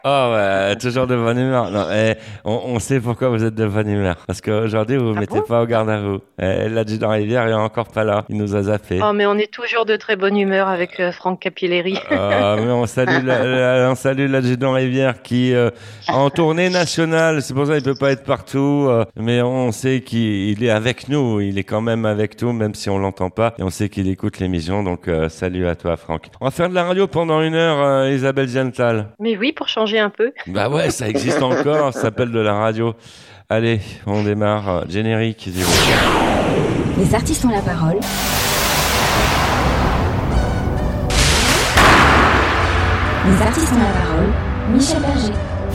Oh ouais, toujours de bonne humeur. Non, on sait pourquoi vous êtes de bonne humeur. Parce qu'aujourd'hui, vous ne vous Ah mettez bon? pas au garde à vous. L'adjudant Rivière est encore pas là. Il nous a zappé. Oh, mais on est toujours de très bonne humeur avec Franck Capilleri. Mais on salue on salue l'adjudant Rivière qui en tournée nationale. C'est pour ça qu'il peut pas être partout, mais on sait qu'il est avec nous. Il est quand même avec nous, même si on l'entend pas. Et on sait qu'il écoute l'émission. Donc salut à toi, Franck. On va faire de la radio pendant 1 heure, Isabelle Ziental. Mais oui, pour changer un peu. Bah ouais, ça existe encore. Ça s'appelle de la radio. Allez, on démarre. Générique. Les artistes ont la parole. Les artistes ont la parole. Michel Berger.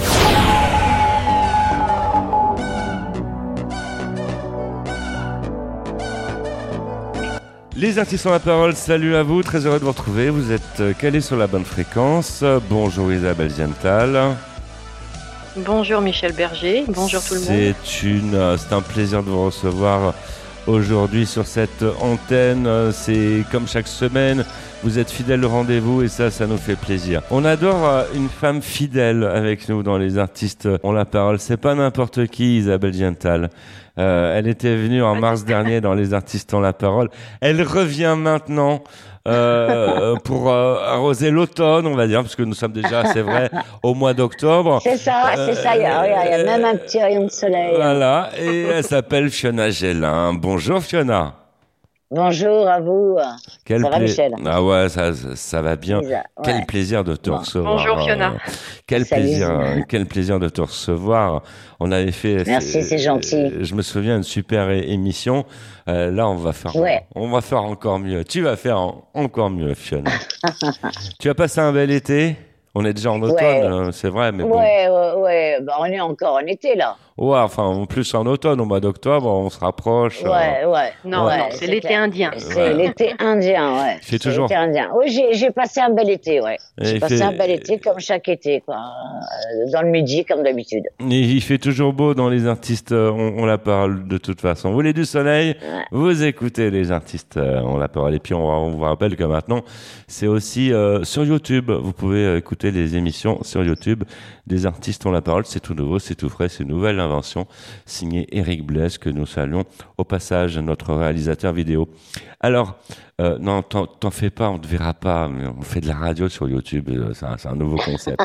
Les artistes ont la parole, salut à vous, très heureux de vous retrouver. Vous êtes calés sur la bonne fréquence. Bonjour Isabelle Ziental. Bonjour Michel Berger, bonjour tout le monde. C'est un plaisir de vous recevoir aujourd'hui sur cette antenne. C'est comme chaque semaine, vous êtes fidèles au rendez-vous et ça nous fait plaisir. On adore une femme fidèle avec nous dans les artistes ont la parole. C'est pas n'importe qui, Isabelle Ziental. Elle était venue en mars dernier dans les artistes ont la parole. Elle revient maintenant pour arroser l'automne, on va dire, parce que nous sommes déjà, c'est vrai, au mois d'octobre. C'est ça, il y a même un petit rayon de soleil. Voilà, et elle s'appelle Fiona Gélin. Bonjour Fiona. Bonjour à vous. Ça va Michel? Ah ouais, ça va bien. Ouais. Quel plaisir de te recevoir. Bonjour Fiona. Quel plaisir de te recevoir. On avait fait. Merci, c'est gentil. Je me souviens d'une super émission. Là, on va faire encore mieux. Tu vas faire encore mieux, Fiona. Tu as passé un bel été. On est déjà en automne, c'est vrai, mais bon. Ouais. Bah, on est encore en été, là. Ouais, enfin, en plus en automne, au mois d'octobre, on se rapproche. Non, c'est l'été indien. C'est l'été indien, ouais. C'est toujours. L'été indien. Oui, j'ai passé un bel été, ouais. J'ai passé un bel été comme chaque été, quoi. Dans le midi, comme d'habitude. Et il fait toujours beau dans les artistes, on la parole de toute façon. Vous voulez du soleil, vous écoutez les artistes, on la parole. Et puis on vous rappelle que maintenant, c'est aussi sur YouTube. Vous pouvez écouter les émissions sur YouTube des artistes ont la parole. C'est tout nouveau, c'est tout frais, c'est une nouvelle invention signée Eric Blaise que nous saluons au passage, notre réalisateur vidéo. Alors, non, t'en fais pas, on te verra pas, mais on fait de la radio sur YouTube, c'est un nouveau concept.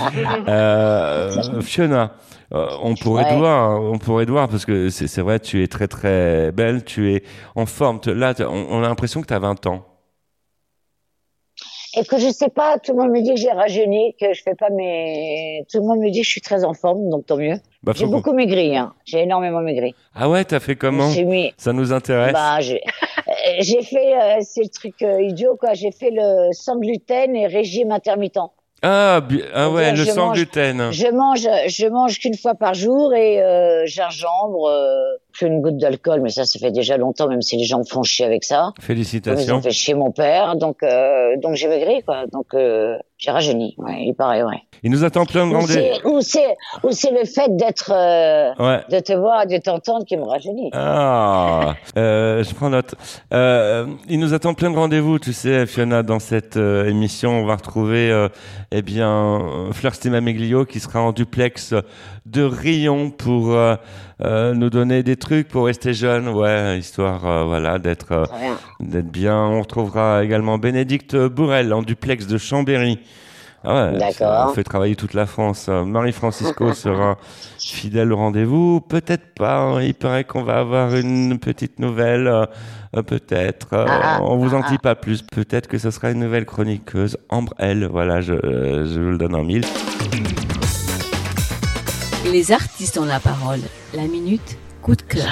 Fiona, on pourrait te voir parce que c'est vrai, tu es très très belle, tu es en forme. Là, on a l'impression que tu as 20 ans. Et que je sais pas, tout le monde me dit que j'ai rajeuni, que je fais pas mes... Tout le monde me dit que je suis très en forme, donc tant mieux. Bah, j'ai beaucoup maigri, hein. J'ai énormément maigri. Ah ouais, t'as fait comment? Ça nous intéresse. Bah, j'ai fait, c'est le truc idiot, quoi. J'ai fait le sans gluten et régime intermittent. Ouais, le sans gluten. Je mange qu'une fois par jour et gingembre, plus une goutte d'alcool, mais ça fait déjà longtemps, même si les gens me font chier avec ça. Félicitations. Ils ont fait chier mon père, donc j'ai maigri, quoi. Donc j'ai rajeuni, ouais, il paraît, ouais. Il nous attend plein de rendez-vous. Ou c'est le fait d'être, de te voir, de t'entendre qui me rajeunit. Je prends note. Il nous attend plein de rendez-vous, tu sais, Fiona, dans cette émission. On va retrouver, Fleur Stimameglio qui sera en duplex de Rion pour nous donner des trucs pour rester jeune, histoire d'être bien. On retrouvera également Bénédicte Bourrel en duplex de Chambéry. D'accord. On fait travailler toute la France. Marie-Francisco sera fidèle au rendez-vous. Peut-être pas. Il paraît qu'on va avoir une petite nouvelle. Peut-être. On vous en dit pas plus. Peut-être que ce sera une nouvelle chroniqueuse. Ambre L. Voilà, je vous le donne en mille. Les artistes ont la parole. La minute coup de cœur.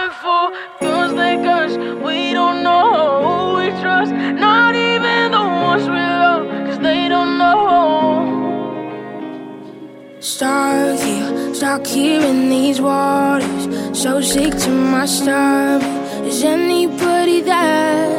Stuck here in these waters, so sick to my stomach. Is anybody there?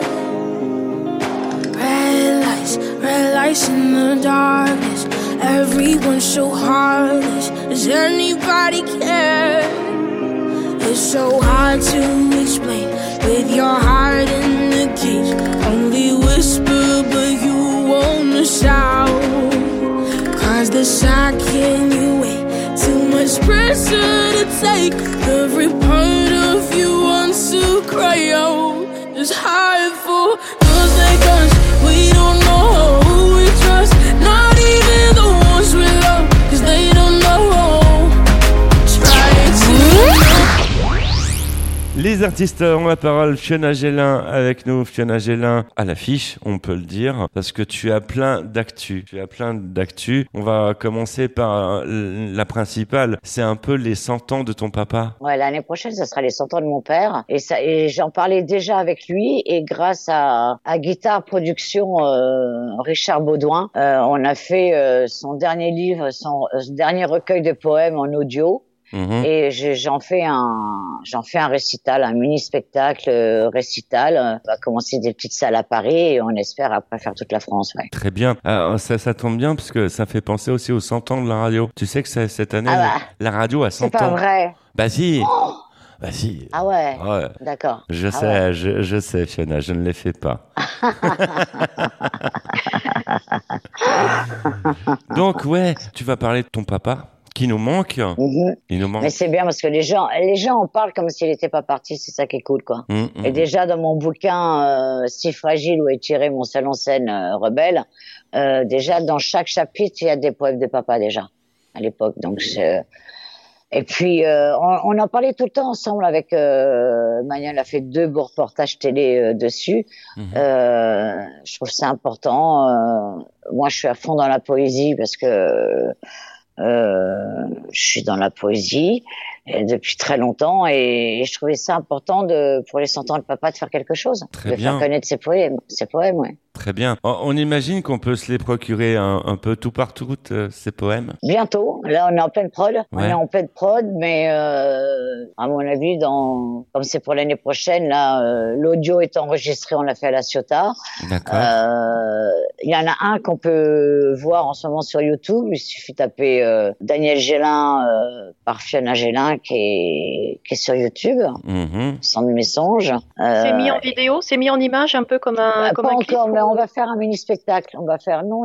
Red lights in the darkness. Everyone's so heartless. Does anybody care? It's so hard to explain with your heart in the cage. Only whisper, but you wanna shout. How's the shot? Can you wait? Too much pressure to take. Every part of you wants to cry out. Just hide for those like us. We don't know who we trust. Not even the ones we love, 'cause they don't know. Try to. Les artistes ont la parole. Fiona Gélin avec nous. Fiona Gélin à l'affiche, on peut le dire, parce que tu as plein d'actu. On va commencer par la principale. C'est un peu les 100 ans de ton papa. Ouais, l'année prochaine, ça sera les 100 ans de mon père. Et j'en parlais déjà avec lui. Et grâce à Guitare Production, Richard Baudouin, on a fait son dernier livre, son dernier recueil de poèmes en audio. Et j'en fais un récital, un mini spectacle récital. On va commencer des petites salles à Paris et on espère après faire toute la France. Ouais. Très bien. Ça tombe bien parce que ça fait penser aussi aux 100 ans de la radio. Tu sais que cette année, la radio a 100 ans. C'est pas vrai. Bah si. Bah si. Ah ouais. D'accord. Je sais, Fiona, je ne les fais pas. Donc ouais, tu vas parler de ton papa. Qui nous manque. Il nous manque. Mais c'est bien parce que les gens en parlent comme s'il n'était pas parti, c'est ça qui est cool, quoi. Et déjà, dans mon bouquin, Si fragile où est tiré mon seul en scène rebelle, déjà, dans chaque chapitre, il y a des poèmes de papa, déjà, à l'époque. Donc, et puis, on en parlait tout le temps ensemble avec, Manuel a fait 2 beaux reportages télé dessus. Je trouve ça important. Moi, je suis à fond dans la poésie parce que, je suis dans la poésie depuis très longtemps et je trouvais ça important pour les 100 ans de papa de faire quelque chose, faire connaître ses poèmes, ouais. Très bien. On imagine qu'on peut se les procurer un peu tout partout, ces poèmes. Bientôt. Là, on est en pleine prod. Ouais. On est en pleine prod, mais à mon avis, comme c'est pour l'année prochaine, là, l'audio est enregistré, on l'a fait à La Ciotat. D'accord. Il y en a un qu'on peut voir en ce moment sur YouTube. Il suffit de taper Daniel Gélin par Fiona Gélin qui est sur YouTube. Sans mes songes. C'est mis en vidéo, c'est mis en image, un peu comme un clip. Encore, mais on va faire un mini spectacle. On va faire on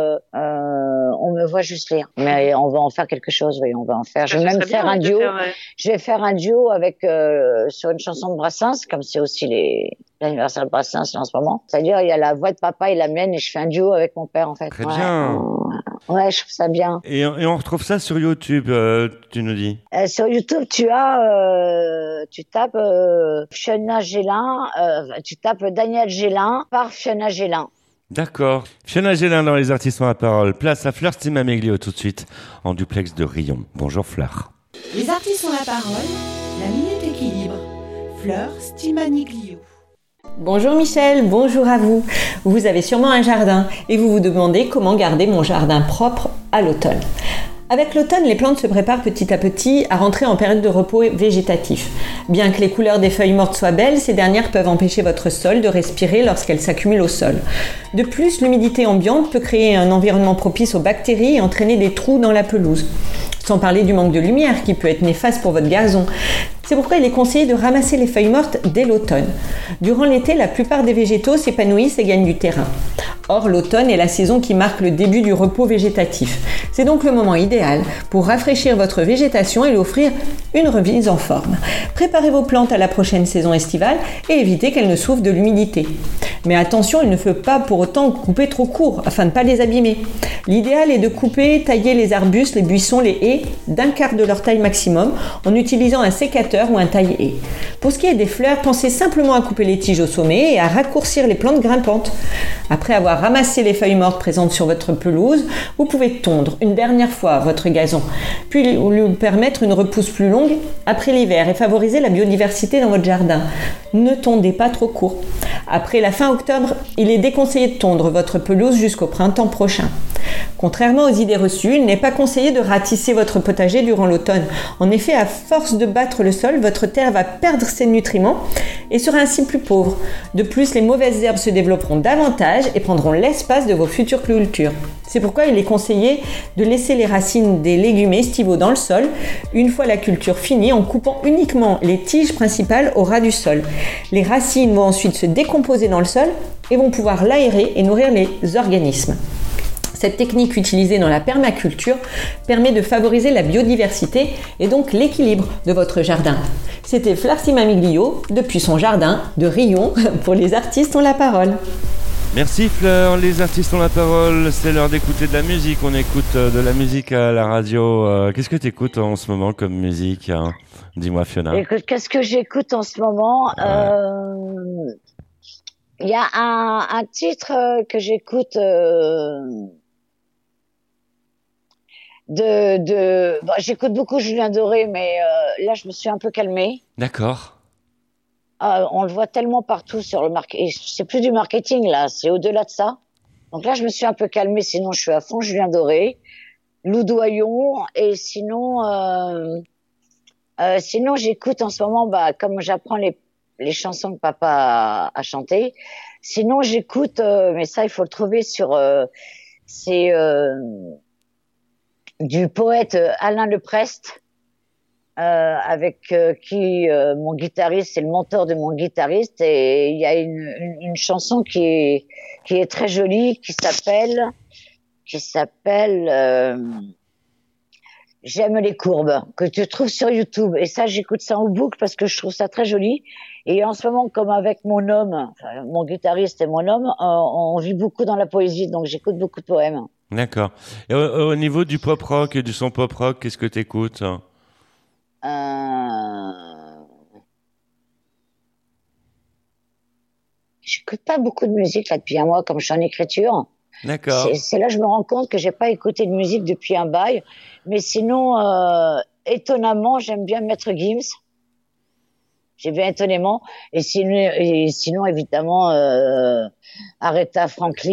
me voit juste lire, mais on va en faire quelque chose. Oui, on va en faire. Je vais même faire un duo. Je vais faire un duo avec sur une chanson de Brassens, comme c'est aussi l'anniversaire de Brassens en ce moment. C'est-à-dire il y a la voix de papa et la mienne et je fais un duo avec mon père en fait. Très bien. Ouais, je trouve ça bien. Et on retrouve ça sur YouTube, tu nous dis. Sur YouTube, tu tapes Fiona Gélin, tu tapes Daniel Gélin par Fiona Gélin. D'accord. Fiona Gélin dans Les Artistes ont la parole. Place à Fleur Stimameglio tout de suite en duplex de Riom. Bonjour Fleur. Les Artistes ont la parole. La minute équilibre. Fleur Stimameglio. Bonjour Michel, bonjour à vous. Vous avez sûrement un jardin et vous vous demandez comment garder mon jardin propre à l'automne. Avec l'automne, les plantes se préparent petit à petit à rentrer en période de repos végétatif. Bien que les couleurs des feuilles mortes soient belles, ces dernières peuvent empêcher votre sol de respirer lorsqu'elles s'accumulent au sol. De plus, l'humidité ambiante peut créer un environnement propice aux bactéries et entraîner des trous dans la pelouse. Sans parler du manque de lumière qui peut être néfaste pour votre gazon. C'est pourquoi il est conseillé de ramasser les feuilles mortes dès l'automne. Durant l'été, la plupart des végétaux s'épanouissent et gagnent du terrain. Or, l'automne est la saison qui marque le début du repos végétatif. C'est donc le moment idéal pour rafraîchir votre végétation et lui offrir une remise en forme. Préparez vos plantes à la prochaine saison estivale et évitez qu'elles ne souffrent de l'humidité. Mais attention, il ne faut pas pour autant couper trop court afin de ne pas les abîmer. L'idéal est de couper, tailler les arbustes, les buissons, les haies d'un quart de leur taille maximum en utilisant un sécateur ou un taille-haie. Pour ce qui est des fleurs, pensez simplement à couper les tiges au sommet et à raccourcir les plantes grimpantes. Après avoir ramassé les feuilles mortes présentes sur votre pelouse, vous pouvez tondre une dernière fois votre gazon, puis lui permettre une repousse plus longue après l'hiver et favoriser la biodiversité dans votre jardin. Ne tondez pas trop court. Après la fin octobre, il est déconseillé de tondre votre pelouse jusqu'au printemps prochain. Contrairement aux idées reçues, il n'est pas conseillé de ratisser votre potager durant l'automne. En effet, à force de battre le sol, votre terre va perdre ses nutriments et sera ainsi plus pauvre. De plus, les mauvaises herbes se développeront davantage et prendront l'espace de vos futures cultures. C'est pourquoi il est conseillé de laisser les racines des légumes estivaux dans le sol une fois la culture finie en coupant uniquement les tiges principales au ras du sol. Les racines vont ensuite se décomposer dans le sol et vont pouvoir l'aérer et nourrir les organismes. Cette technique utilisée dans la permaculture permet de favoriser la biodiversité et donc l'équilibre de votre jardin. C'était Fleur Stimaniglio depuis son jardin de Rion pour Les Artistes ont la parole. Merci Fleur, Les Artistes ont la parole, c'est l'heure d'écouter de la musique. On écoute de la musique à la radio. Qu'est-ce que tu écoutes en ce moment comme musique, hein? Dis-moi Fiona. Écoute, qu'est-ce que j'écoute en ce moment? Il y a un titre que j'écoute j'écoute beaucoup Julien Doré, mais là je me suis un peu calmée. D'accord. On le voit tellement partout sur le marketing. C'est plus du marketing là, c'est au-delà de ça. Donc là je me suis un peu calmée, sinon je suis à fond Julien Doré, Lou Doyon, et sinon j'écoute en ce moment, comme j'apprends les chansons que papa a chantées. Sinon j'écoute, mais ça il faut le trouver sur, c'est du poète Alain Leprest, avec qui mon guitariste, c'est le mentor de mon guitariste, et il y a une chanson qui est très jolie, qui s'appelle J'aime les courbes, que tu trouves sur YouTube. Et ça, j'écoute ça en boucle parce que je trouve ça très joli. Et en ce moment, comme avec mon homme, mon guitariste et mon homme, on vit beaucoup dans la poésie, donc j'écoute beaucoup de poèmes. D'accord. Et au niveau du pop rock et du son pop rock, qu'est-ce que t'écoutes? J'écoute pas beaucoup de musique là depuis un mois, comme je suis en écriture. D'accord. C'est là que je me rends compte que j'ai pas écouté de musique depuis un bail. Mais sinon, étonnamment, j'aime bien Maître Gims. J'ai bien étonnamment. Et sinon évidemment, Aretha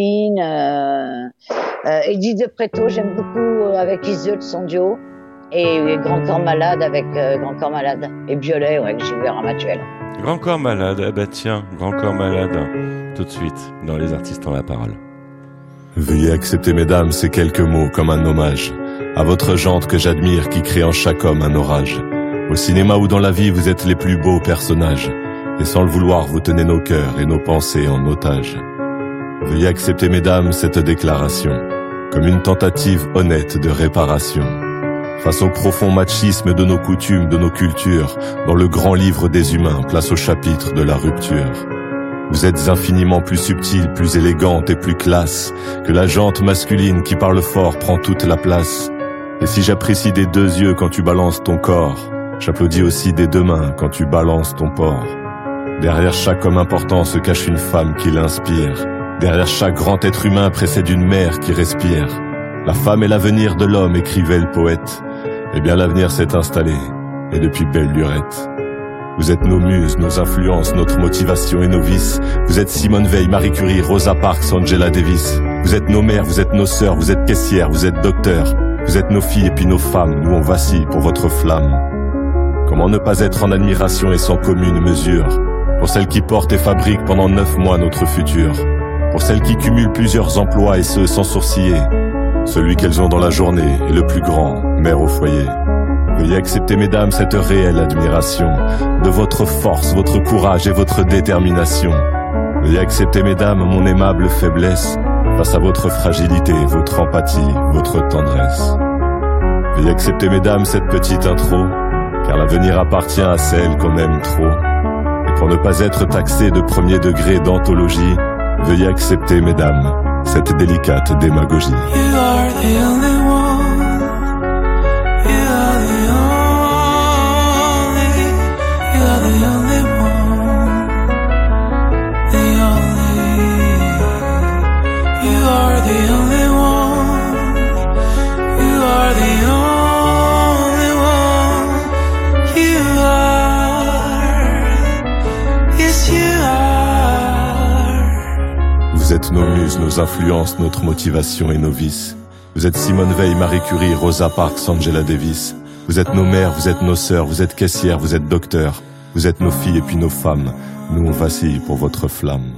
Franklin, Eddie De Pretto, j'aime beaucoup avec Iseult, son duo. Et Grand Corps Malade avec Grand Corps Malade. Et Biolay, avec Gilbert Ramatuel. Grand Corps Malade, tiens, Grand Corps Malade, tout de suite, dans Les Artistes ont la parole. Veuillez accepter, mesdames, ces quelques mots comme un hommage à votre jante que j'admire, qui crée en chaque homme un orage. Au cinéma ou dans la vie, vous êtes les plus beaux personnages, et sans le vouloir, vous tenez nos cœurs et nos pensées en otage. Veuillez accepter, mesdames, cette déclaration comme une tentative honnête de réparation face au profond machisme de nos coutumes, de nos cultures, dans le grand livre des humains, place au chapitre de la rupture. Vous êtes infiniment plus subtile, plus élégante et plus classe que la jante masculine qui parle fort prend toute la place. Et si j'apprécie des deux yeux quand tu balances ton corps, j'applaudis aussi des deux mains quand tu balances ton porc. Derrière chaque homme important se cache une femme qui l'inspire. Derrière chaque grand être humain précède une mère qui respire. La femme est l'avenir de l'homme, écrivait le poète. Eh bien l'avenir s'est installé, et depuis belle lurette. Vous êtes nos muses, nos influences, notre motivation et nos vices. Vous êtes Simone Veil, Marie Curie, Rosa Parks, Angela Davis. Vous êtes nos mères, vous êtes nos sœurs, vous êtes caissières, vous êtes docteurs. Vous êtes nos filles et puis nos femmes, nous on vacille pour votre flamme. Comment ne pas être en admiration et sans commune mesure pour celles qui portent et fabriquent pendant 9 mois notre futur. Pour celles qui cumulent plusieurs emplois et ce sans sourciller. Celui qu'elles ont dans la journée est le plus grand, mère au foyer. Veuillez accepter, mesdames, cette réelle admiration de votre force, votre courage et votre détermination. Veuillez accepter, mesdames, mon aimable faiblesse face à votre fragilité, votre empathie, votre tendresse. Veuillez accepter, mesdames, cette petite intro, car l'avenir appartient à celle qu'on aime trop. Et pour ne pas être taxé de premier degré d'anthologie, veuillez accepter, mesdames, cette délicate démagogie. You are the only one. You are the only. You are the only one. The only. You are the only one. You are the only one. You are. Yes, you are. Vous êtes nos muses, nos influences, notre motivation et nos vices. Vous êtes Simone Veil, Marie Curie, Rosa Parks, Angela Davis. Vous êtes nos mères, vous êtes nos sœurs, vous êtes caissières, vous êtes docteurs. Vous êtes nos filles et puis nos femmes. Nous on vacille pour votre flamme.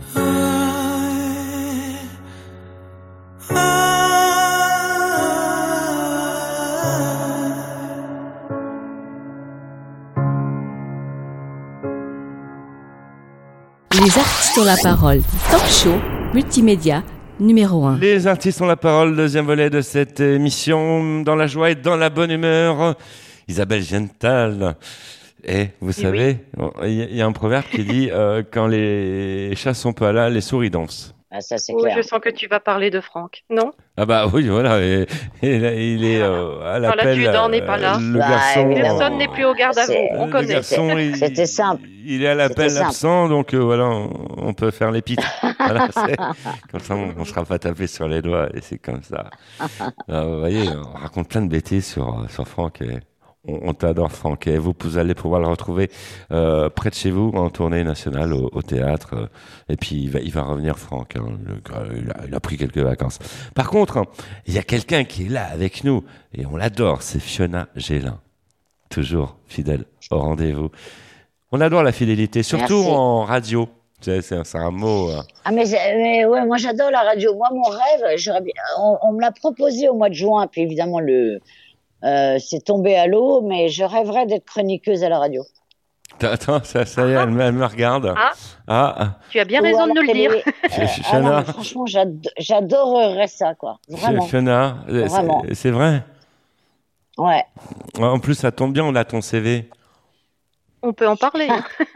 Les artistes ont la parole. Talk show, multimédia, numéro 1. Les artistes ont la parole, deuxième volet de cette émission, dans la joie et dans la bonne humeur. Isabelle Gental. Et vous savez, il y a un proverbe qui dit quand les chats sont pas là, les souris dansent. Ah, ça, c'est clair. Je sens que tu vas parler de Franck, non? Ah bah oui, voilà. Et il est à l'appel. L'adjudant n'est pas là. Le garçon. Personne n'est plus au garde à vous. On connaît. Le garçon, c'était simple. Il est à l'appel absent, donc voilà, on peut faire les pitres. Voilà, comme ça, on ne sera pas tapé sur les doigts, et c'est comme ça. Alors, vous voyez, on raconte plein de bêtises sur Franck. Et on t'adore, Franck. Et vous allez pouvoir le retrouver près de chez vous en tournée nationale au théâtre. Et puis il va revenir, Franck. Hein. Il a pris quelques vacances. Par contre, il y a quelqu'un qui est là avec nous et on l'adore. C'est Fiona Gélin, toujours fidèle au rendez-vous. On adore la fidélité, surtout en radio. C'est un mot. Ah mais ouais, moi j'adore la radio. Moi mon rêve, on me l'a proposé au mois de juin. Puis évidemment c'est tombé à l'eau, mais je rêverais d'être chroniqueuse à la radio. Attends, ça y est, elle me regarde. Tu as bien raison de nous le dire. Non, franchement, j'adorerais ça, quoi. Vraiment. Fiona, c'est vrai? Ouais. En plus, ça tombe bien, on a ton CV. On peut en parler.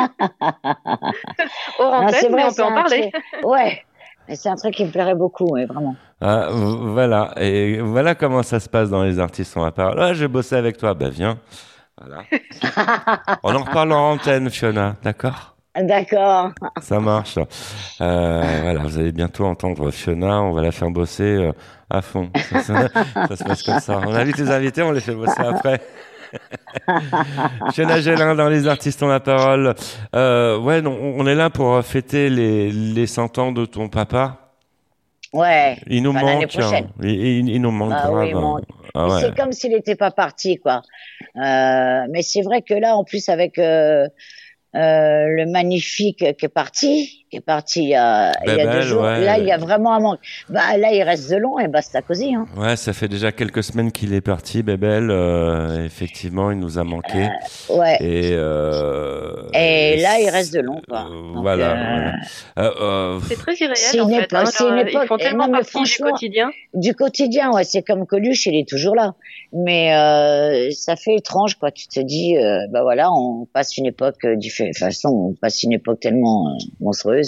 Hors antenne, mais on peut en parler. Ouais. Mais c'est un truc qui me plairait beaucoup, ouais, vraiment. Voilà. Et voilà comment ça se passe dans les artistes on la parole. Ah, je bossais avec toi. Ben, viens. Voilà. On en reparle en antenne, Fiona. D'accord? D'accord. Ça marche. Voilà, vous allez bientôt entendre Fiona. On va la faire bosser à fond. Ça se passe comme ça. On invite les invités, on les fait bosser après. Fiona Gélin dans les artistes ont la parole. On est là pour fêter les 100 ans de ton papa. Ouais. Il nous manque. Il nous manque grave. Oui, c'est comme s'il n'était pas parti, quoi. Mais c'est vrai que là, en plus, avec le magnifique qui est parti il y a 2 jours. Ouais. Là, il y a vraiment un manque. Bah, là, il reste Zelon et basta cosy. Hein. Ouais, ça fait déjà quelques semaines qu'il est parti, Bébel. Effectivement, il nous a manqué. Ouais. Et là, il reste Zelon, quoi. Voilà. C'est très irréel, en fait. C'est une époque. Ils font tellement partie du quotidien. Du quotidien, ouais. C'est comme Coluche, il est toujours là. Mais ça fait étrange, quoi. Tu te dis, voilà, on passe une époque différente. De toute façon, on passe une époque tellement monstrueuse.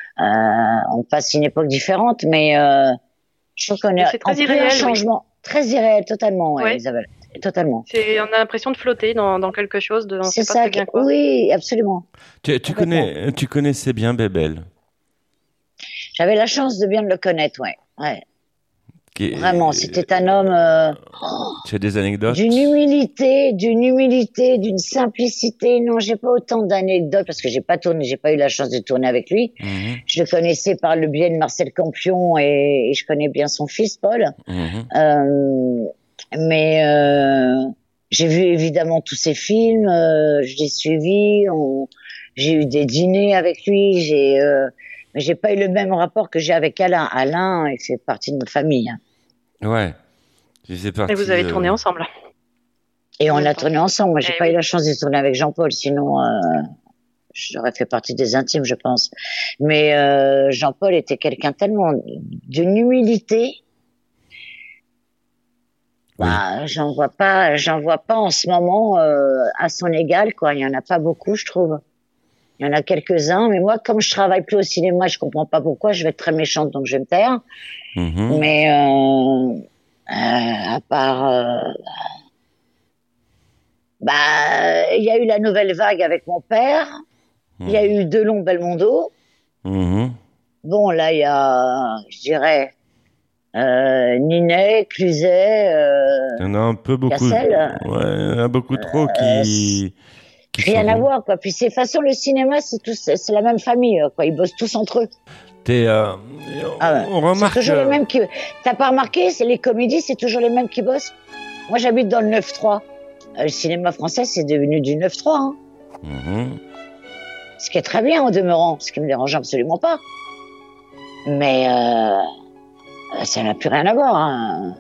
On passe une époque différente, mais je trouve qu'on est en plein changement. Très irréel, totalement, ouais. Isabelle. Totalement. On a l'impression de flotter dans quelque chose, on c'est sait ça, pas très bien quoi. Oui, absolument. Tu connaissais bien Bébel? J'avais la chance de bien le connaître, ouais. Vraiment, c'était un homme. Tu as des anecdotes? D'une humilité, d'une simplicité. Non, j'ai pas autant d'anecdotes parce que j'ai pas eu la chance de tourner avec lui. Mm-hmm. Je le connaissais par le biais de Marcel Campion et je connais bien son fils Paul. Mm-hmm. Mais j'ai vu évidemment tous ses films, je l'ai suivi. J'ai eu des dîners avec lui. Mais j'ai pas eu le même rapport que j'ai avec Alain. Alain, il fait partie de notre famille. Hein. Ouais. Et vous avez tourné ensemble. Et on a tourné ensemble. Moi, j'ai pas eu la chance de tourner avec Jean-Paul, sinon j'aurais fait partie des intimes, je pense. Mais Jean-Paul était quelqu'un tellement d'une humilité. Oui. J'en vois pas en ce moment à son égal, quoi. Il y en a pas beaucoup, je trouve. Il y en a quelques-uns, mais moi, comme je travaille plus au cinéma, je comprends pas pourquoi. Je vais être très méchante, donc je vais me taire. Mm-hmm. Mais à part, il y a eu la nouvelle vague avec mon père. Il y a eu Delon, Belmondo. Mm-hmm. Bon, là, il y a, je dirais, Ninet, Cluzet. Il y en a un peu beaucoup. Cassel. Ouais, il y en a beaucoup trop qui rien à voir, quoi. Puis, de toute façon, le cinéma, c'est la même famille, quoi. Ils bossent tous entre eux. On remarque. C'est toujours les mêmes qui. T'as pas remarqué, les comédies, c'est toujours les mêmes qui bossent. Moi, j'habite dans le 9-3. Le cinéma français, c'est devenu du 9-3, hein. Mm-hmm. Ce qui est très bien, en demeurant. Ce qui me dérange absolument pas. Mais, ça n'a plus rien à voir, hein.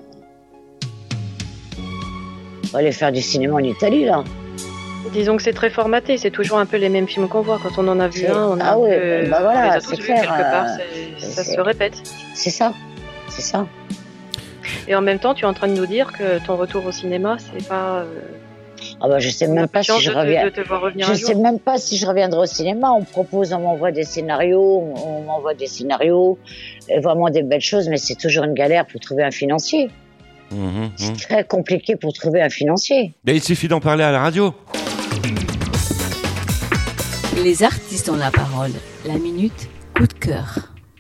On va aller faire du cinéma en Italie, là. Disons que c'est très formaté, c'est toujours un peu les mêmes films qu'on voit. Quand on en a vu un, on a voilà, c'est clair. Quelque part, ça se répète. C'est ça. Et en même temps, tu es en train de nous dire que ton retour au cinéma, c'est pas... je sais même pas si je reviens. Je sais même pas si je reviendrai au cinéma. On m'envoie des scénarios, vraiment des belles choses, mais c'est toujours une galère pour trouver un financier. C'est très compliqué pour trouver un financier. Mais il suffit d'en parler à la radio. Les artistes ont la parole. La minute coup de cœur.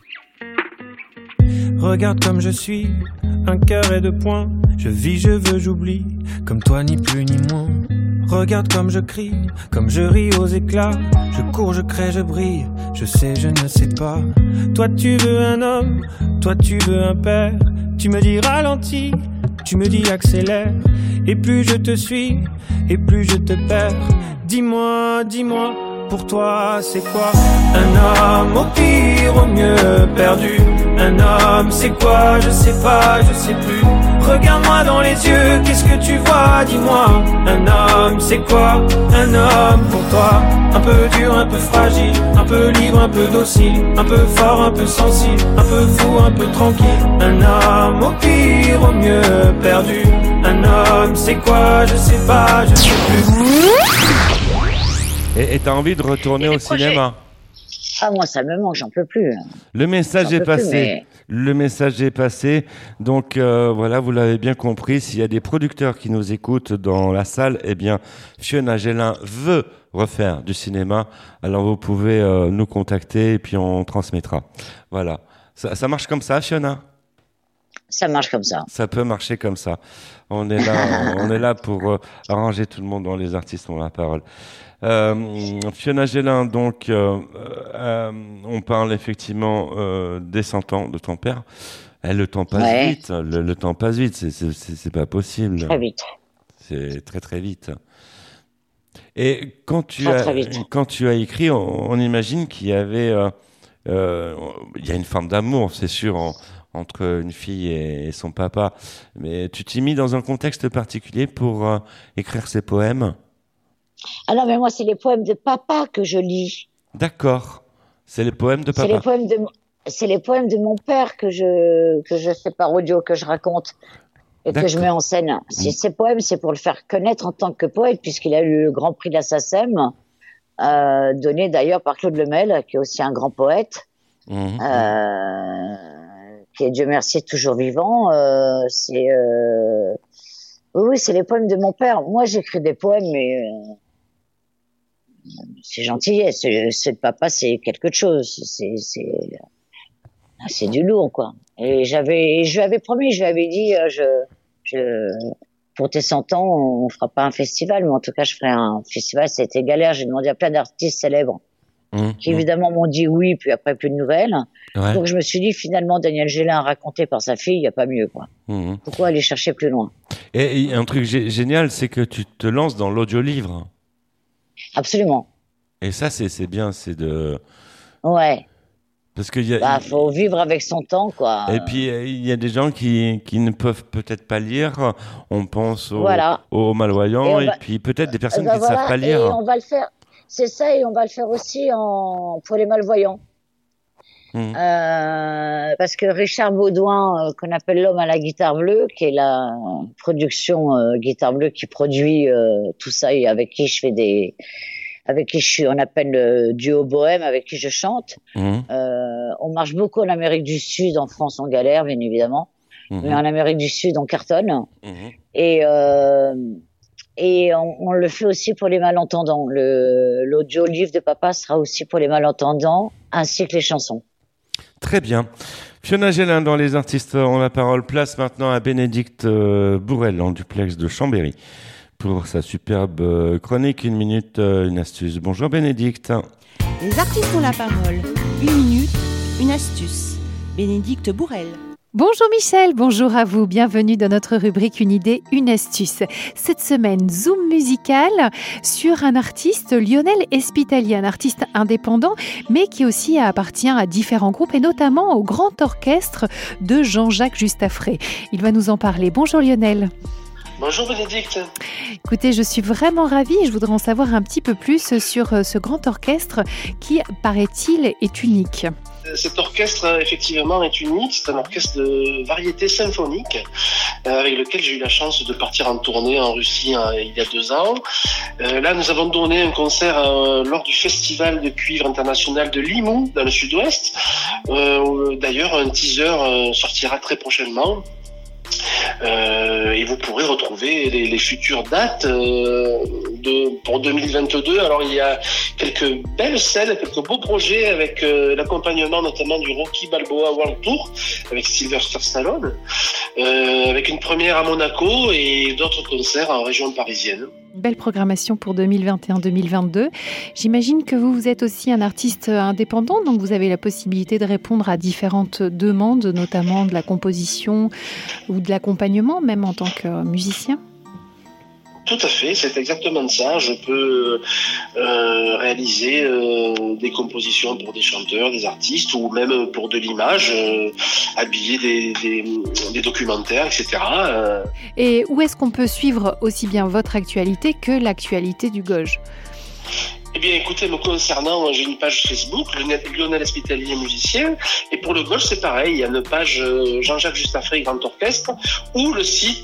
Regarde comme je suis, un cœur et 2 points. Je vis, je veux, j'oublie, comme toi ni plus ni moins. Regarde comme je crie, comme je ris aux éclats. Je cours, je crée, je brille, je sais, je ne sais pas. Toi tu veux un homme, toi tu veux un père. Tu me dis ralentis, tu me dis accélère. Et plus je te suis, et plus je te perds. Dis-moi, pour toi c'est quoi un homme, au pire, au mieux perdu? Un homme c'est quoi? Je sais pas, je sais plus. Regarde-moi dans les yeux, qu'est-ce que tu vois? Dis-moi, un homme c'est quoi? Un homme pour toi, un peu dur, un peu fragile, un peu libre, un peu docile, un peu fort, un peu sensible, un peu fou, un peu tranquille. Un homme au pire, au mieux perdu. Un homme c'est quoi? Je sais pas, je sais plus. Et t'as envie de retourner au cinéma? Ah, moi, ça me manque, j'en peux plus. Le message est passé. Le message est passé. Donc, voilà, vous l'avez bien compris. S'il y a des producteurs qui nous écoutent dans la salle, eh bien, Fiona Gélin veut refaire du cinéma. Alors, vous pouvez nous contacter et puis on transmettra. Voilà. Ça marche comme ça, Fiona? Ça marche comme ça. Ça peut marcher comme ça. On est là pour arranger tout le monde dans Les Artistes ont la parole. Fiona Gélin, donc, on parle effectivement des 100 ans de ton père. Le temps passe vite. Le temps passe vite. C'est pas possible. Très vite. C'est très très vite. Et quand tu as écrit, on imagine qu'il y avait, il y a une forme d'amour, c'est sûr, entre une fille et son papa. Mais tu t'es mis dans un contexte particulier pour écrire ces poèmes? Ah non, mais moi, c'est les poèmes de papa que je lis. D'accord. C'est les poèmes de papa. C'est les poèmes de mon père que je fais par audio, que je raconte et que je mets en scène. Ces poèmes, c'est pour le faire connaître en tant que poète, puisqu'il a eu le Grand Prix de la SACEM, donné d'ailleurs par Claude Lemel, qui est aussi un grand poète. Qui est, Dieu merci, toujours vivant. Oui, c'est les poèmes de mon père. Moi, j'écris des poèmes, mais c'est gentil. Ceux de papa, c'est quelque chose. C'est du lourd, quoi. Et je lui avais promis, je lui avais dit, pour tes 100 ans, on fera pas un festival, mais en tout cas, je ferai un festival. C'était galère. J'ai demandé à plein d'artistes célèbres. Qui évidemment m'ont dit oui, puis après plus de nouvelles. Ouais. Donc je me suis dit finalement Daniel Gélin raconté par sa fille, il n'y a pas mieux, quoi. Pourquoi aller chercher plus loin? Et un truc génial, c'est que tu te lances dans l'audio-livre. Absolument. Et ça, c'est bien, c'est de... Ouais. Parce que faut vivre avec son temps, quoi. Et puis il y a des gens qui ne peuvent peut-être pas lire. On pense aux malvoyants et puis peut-être des personnes qui ne savent pas lire. Et on va le faire. C'est ça, et on va le faire aussi pour les malvoyants. Parce que Richard Baudouin, qu'on appelle l'homme à la guitare bleue, qui est la production guitare bleue qui produit tout ça et avec qui je fais on appelle le duo bohème, avec qui je chante. On marche beaucoup en Amérique du Sud, en France on galère bien évidemment, mais en Amérique du Sud on cartonne. Et on le fait aussi pour les malentendants. L'audio-livre de papa sera aussi pour les malentendants, ainsi que les chansons. Très bien. Fiona Gélin dans Les Artistes ont la parole. Place maintenant à Bénédicte Bourrel en duplex de Chambéry pour sa superbe chronique 1 minute, une astuce. Bonjour Bénédicte. Les Artistes ont la parole. 1 minute, une astuce. Bénédicte Bourrel. Bonjour Michel, bonjour à vous, bienvenue dans notre rubrique Une idée, une astuce. Cette semaine, zoom musical sur un artiste, Lionel Espitali, un artiste indépendant, mais qui aussi appartient à différents groupes et notamment au grand orchestre de Jean-Jacques Justafré. Il va nous en parler. Bonjour Lionel. Bonjour Bénédicte. Écoutez, je suis vraiment ravie et je voudrais en savoir un petit peu plus sur ce grand orchestre qui, paraît-il, est unique. Cet orchestre, effectivement, est unique. C'est un orchestre de variété symphonique avec lequel j'ai eu la chance de partir en tournée en Russie il y a 2 ans. Là, nous avons donné un concert lors du Festival de cuivre international de Limoux, dans le sud-ouest. D'ailleurs, un teaser sortira très prochainement. Et vous pourrez retrouver les futures dates pour 2022. Alors il y a quelques belles scènes, quelques beaux projets avec l'accompagnement notamment du Rocky Balboa World Tour avec Sylvester Stallone, avec une première à Monaco et d'autres concerts en région parisienne. Belle programmation pour 2021-2022. J'imagine que vous êtes aussi un artiste indépendant, donc vous avez la possibilité de répondre à différentes demandes, notamment de la composition ou de l'accompagnement, même en tant que musicien. Tout à fait, c'est exactement ça. Je peux réaliser des compositions pour des chanteurs, des artistes, ou même pour de l'image, habiller des documentaires, etc. Et où est-ce qu'on peut suivre aussi bien votre actualité que l'actualité du Gauge ? Eh bien, écoutez, me concernant, j'ai une page Facebook, Lionel Espitalier musicien, et pour le golf, c'est pareil, il y a une page Jean-Jacques Justafré Grand Orchestre, ou le site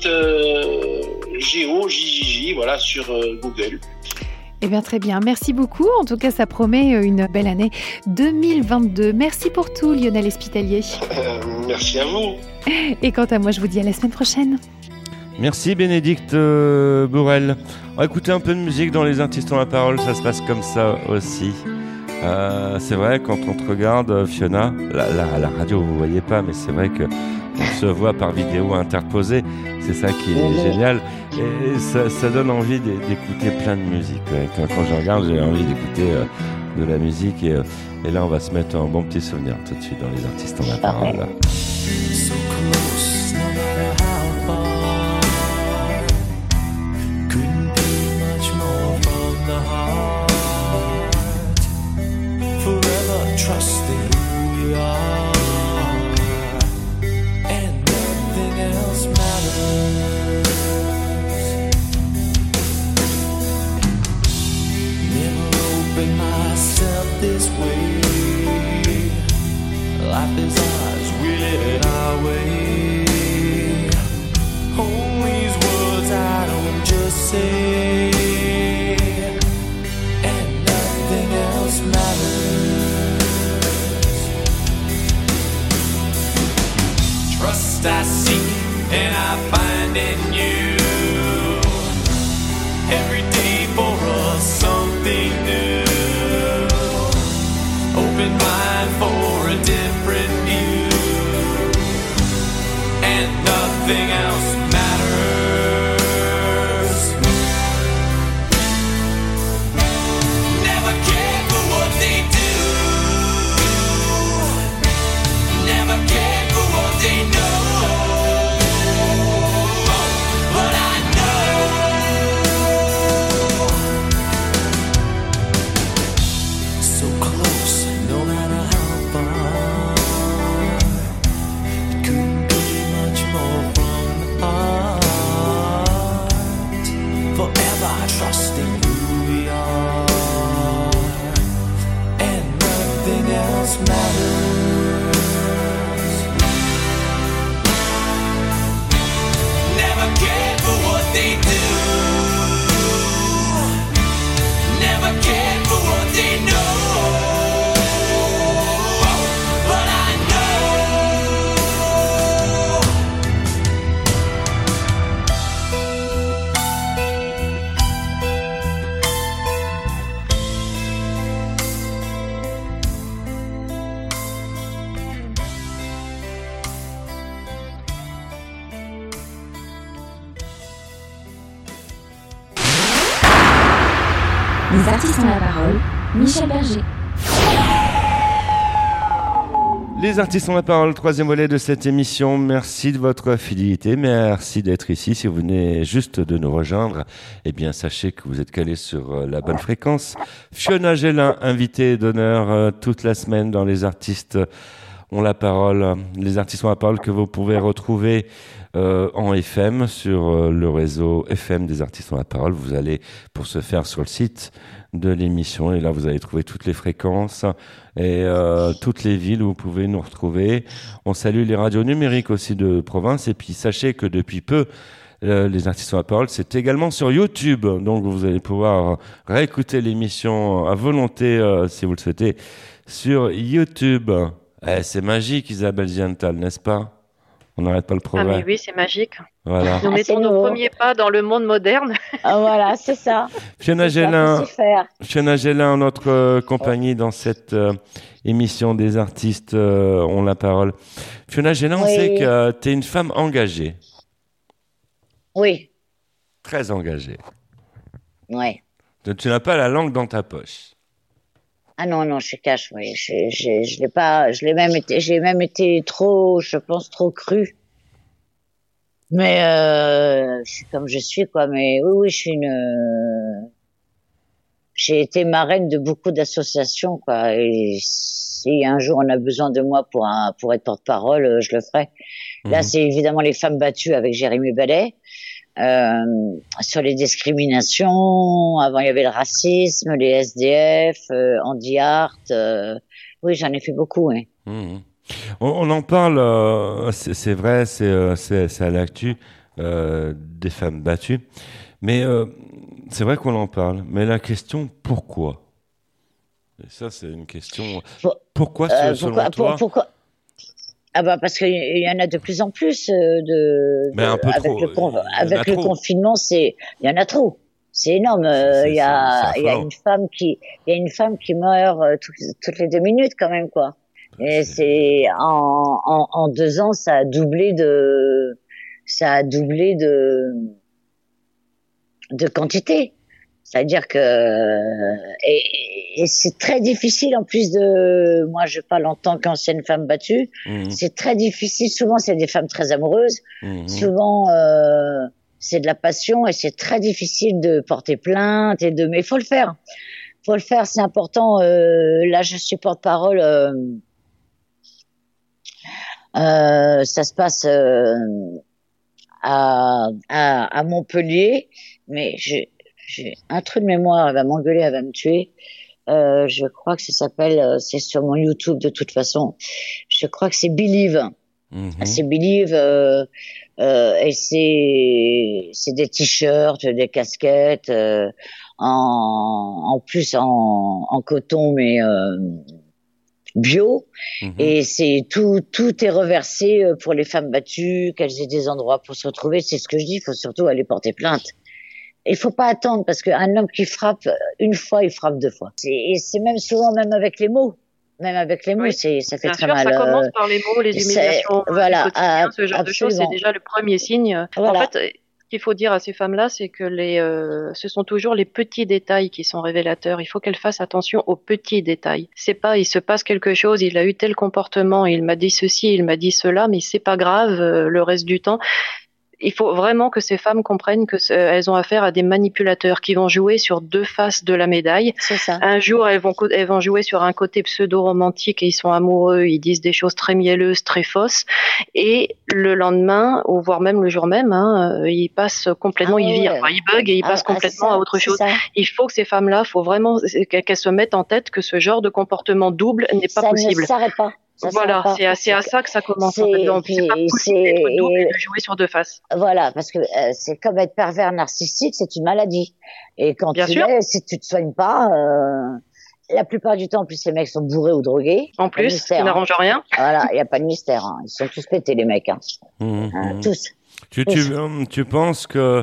GOJJJ, voilà, sur Google. Eh bien, très bien. Merci beaucoup. En tout cas, ça promet une belle année 2022. Merci pour tout, Lionel Espitalier. Merci à vous. Et quant à moi, je vous dis à la semaine prochaine. Merci Bénédicte Bourrel. On va écouter un peu de musique dans Les Artistes ont la parole, ça se passe comme ça aussi. C'est vrai, quand on te regarde, Fiona, à la radio vous ne voyez pas, mais c'est vrai qu'on se voit par vidéo interposée. C'est ça qui est génial. Et ça donne envie d'écouter plein de musique. Quand je regarde, j'ai envie d'écouter de la musique. Et là, on va se mettre un bon petit souvenir tout de suite dans Les Artistes ont la parole. Trusting who we are, and nothing else matters. Never opened myself this way. Life is ours, we live it our way. All these words I don't just say, and nothing else matters. Trust I seek and I find in you. Every day for us something new. Open mind for a different view. And nothing else matters. Never care for what they do. Never care for what they know. Trusting who we are, and nothing else matters. Never cared for what they do. Never cared for what they know. But I Les artistes ont la parole, Michel Berger. Les artistes ont la parole, 3e volet de cette émission. Merci de votre fidélité, merci d'être ici. Si vous venez juste de nous rejoindre, eh bien sachez que vous êtes calés sur la bonne fréquence. Fiona Gélin, invitée d'honneur toute la semaine dans Les Artistes ont la parole. Les Artistes ont la parole que vous pouvez retrouver en FM sur le réseau FM des artistes ont la parole. Vous allez pour ce faire sur le site de l'émission et là vous allez trouver toutes les fréquences et toutes les villes où vous pouvez nous retrouver. On salue les radios numériques aussi de province et puis sachez que depuis peu les artistes ont la parole, c'est également sur YouTube, donc vous allez pouvoir réécouter l'émission à volonté si vous le souhaitez sur YouTube. C'est magique, Isabelle Zienthal, n'est-ce pas? On n'arrête pas le progrès. Ah mais oui, c'est magique. Voilà. Nous mettons nos premiers pas dans le monde moderne. Ah, voilà, c'est ça. Fiona Gélin, notre compagnie dans cette émission des artistes ont la parole. Fiona Gélin, on sait que tu es une femme engagée. Oui. Très engagée. Oui. Tu n'as pas la langue dans ta poche. Ah non, je cache, oui. Je l'ai pas, j'ai même été trop, je pense, trop crue. Mais, je suis comme je suis, quoi. Mais oui, j'ai été marraine de beaucoup d'associations, quoi. Et si un jour on a besoin de moi pour être porte-parole, je le ferai. Là, c'est évidemment les femmes battues avec Jérémy Ballet. Sur les discriminations, avant il y avait le racisme, les SDF, Andy Hart, oui j'en ai fait beaucoup. Oui. On en parle, c'est vrai, c'est à l'actu des femmes battues, mais c'est vrai qu'on en parle, mais la question pourquoi? Et ça c'est une question. Pourquoi selon toi? Pourquoi Ah bah parce qu'il y en a de plus en plus mais un peu avec trop. Avec le confinement, il y en a trop. C'est énorme. Il y a une femme qui meurt toutes les 2 minutes quand même, quoi. Et c'est en 2 ans, ça a doublé de quantité. C'est-à-dire que et c'est très difficile en plus de moi je parle en tant qu'ancienne femme battue, c'est très difficile, souvent c'est des femmes très amoureuses, souvent c'est de la passion et c'est très difficile de porter plainte mais faut le faire, c'est important. Là je suis porte-parole, ça se passe à Montpellier, mais j'ai un trou de mémoire, elle va m'engueuler, elle va me tuer. Je crois que ça s'appelle, c'est sur mon YouTube de toute façon. Je crois que c'est Believe. C'est Believe, et c'est des t-shirts, des casquettes, en plus en coton, mais bio. Et c'est tout est reversé pour les femmes battues, qu'elles aient des endroits pour se retrouver. C'est ce que je dis, il faut surtout aller porter plainte. Il faut pas attendre parce qu'un homme qui frappe une fois, il frappe 2 fois. Et c'est même souvent avec les mots. Même avec les mots, oui. ça fait bien très sûr, mal. Ça commence par les mots, les humiliations. Voilà, ce genre de choses, c'est déjà le premier signe. Voilà. En fait, ce qu'il faut dire à ces femmes-là, c'est que ce sont toujours les petits détails qui sont révélateurs. Il faut qu'elles fassent attention aux petits détails. C'est pas, il se passe quelque chose, il a eu tel comportement, il m'a dit ceci, il m'a dit cela, mais c'est pas grave le reste du temps. Il faut vraiment que ces femmes comprennent que elles ont affaire à des manipulateurs qui vont jouer sur 2 faces de la médaille. C'est ça. Un jour, elles vont jouer sur un côté pseudo-romantique et ils sont amoureux, ils disent des choses très mielleuses, très fausses. Et le lendemain, ou voire même le jour même, ils passent complètement, ils virent, ils bug et ils passent complètement à autre chose. Il faut que ces femmes-là, faut vraiment qu'elles se mettent en tête que ce genre de comportement double n'est pas possible. Ça ne s'arrête pas. Voilà, c'est à ça que ça commence. En fait. Donc, c'est pas possible d'être double et de jouer sur 2 faces. Voilà, parce que c'est comme être pervers narcissique, c'est une maladie. Et quand si tu te soignes pas, la plupart du temps, en plus, les mecs sont bourrés ou drogués. En plus, ça n'arrange rien. Voilà, il y a pas de mystère. Ils sont tous pétés, les mecs. Tous. Tu penses que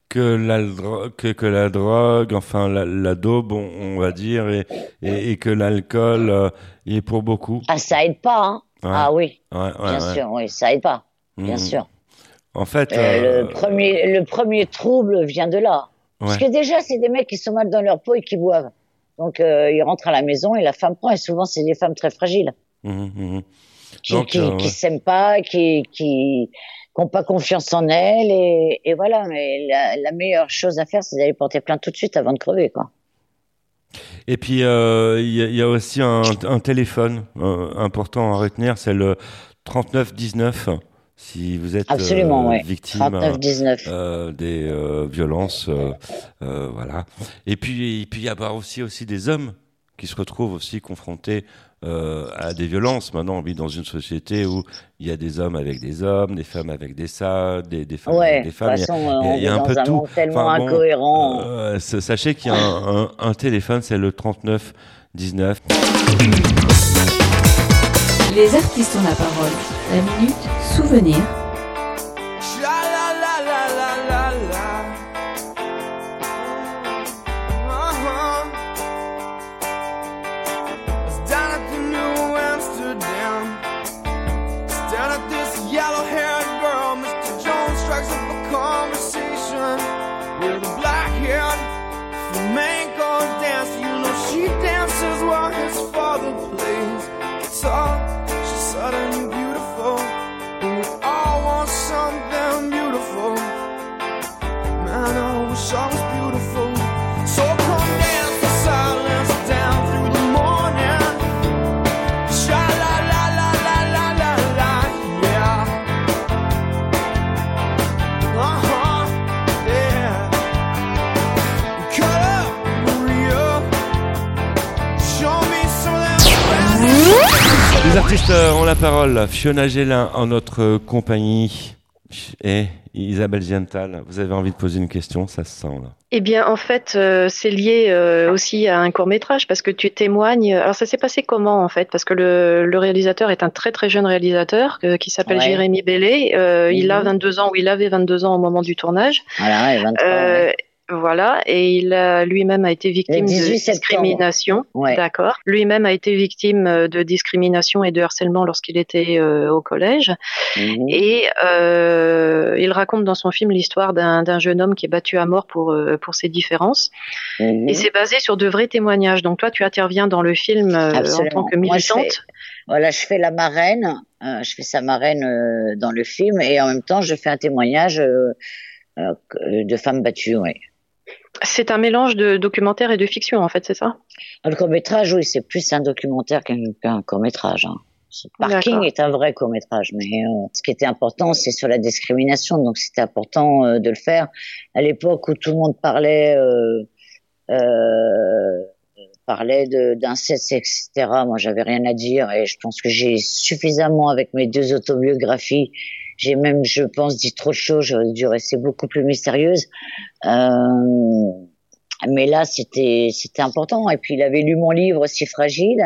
la drogue, enfin la daube, on va dire, et que l'alcool y est pour beaucoup. Ah, ça aide pas, hein. Ouais. Ah oui, bien sûr, oui, ça aide pas, bien sûr. En fait, le premier trouble vient de là. Parce que déjà, c'est des mecs qui sont mal dans leur peau et qui boivent. Donc, ils rentrent à la maison et la femme prend, et souvent, c'est des femmes très fragiles. Qui s'aiment pas, qui n'ont pas confiance en elles, et voilà. Mais la meilleure chose à faire, c'est d'aller porter plainte tout de suite avant de crever, quoi. Et puis il y a aussi un téléphone important à retenir, c'est le 3919. Si vous êtes victime 39-19. Des violences, voilà. Et puis il y a aussi des hommes qui se retrouvent aussi confrontés à des violences. Maintenant, on vit dans une société où il y a des hommes avec des hommes, des femmes avec des femmes avec des femmes. De toute façon, il y a un peu de tout. Tellement incohérent. Sachez qu'il y a un téléphone, c'est le 3919. Les artistes ont la parole. La minute souvenir. Les artistes ont la parole. Fiona Gélin en notre compagnie et Isabelle Zienthal. Vous avez envie de poser une question, ça se sent là. Eh bien, en fait, c'est lié aussi à un court-métrage parce que tu témoignes. Alors, ça s'est passé comment, en fait? Parce que le réalisateur est un très très jeune réalisateur qui s'appelle Jérémy Bellet. Il a 22 ans, ou il avait 22 ans au moment du tournage. Voilà, et 23 Voilà, et il a lui-même a été victime de discrimination. D'accord. Lui-même a été victime de discrimination et de harcèlement lorsqu'il était au collège. Et il raconte dans son film l'histoire d'un jeune homme qui est battu à mort pour ses différences. Et c'est basé sur de vrais témoignages. Donc toi, tu interviens dans le film en tant que militante. Moi, je fais la marraine. Je fais sa marraine dans le film, et en même temps, je fais un témoignage de femmes battues. C'est un mélange de documentaire et de fiction, en fait, c'est ça? Le court-métrage, oui, c'est plus un documentaire qu'un court-métrage. Parking est un vrai court-métrage, mais ce qui était important, c'est sur la discrimination, donc c'était important de le faire. À l'époque où tout le monde parlait d'inceste, etc., moi, j'avais rien à dire, et je pense que j'ai suffisamment, avec mes 2 autobiographies, j'ai même, je pense, dit trop de choses, j'aurais dû rester beaucoup plus mystérieuse. Mais là, c'était important. Et puis, il avait lu mon livre Si fragile,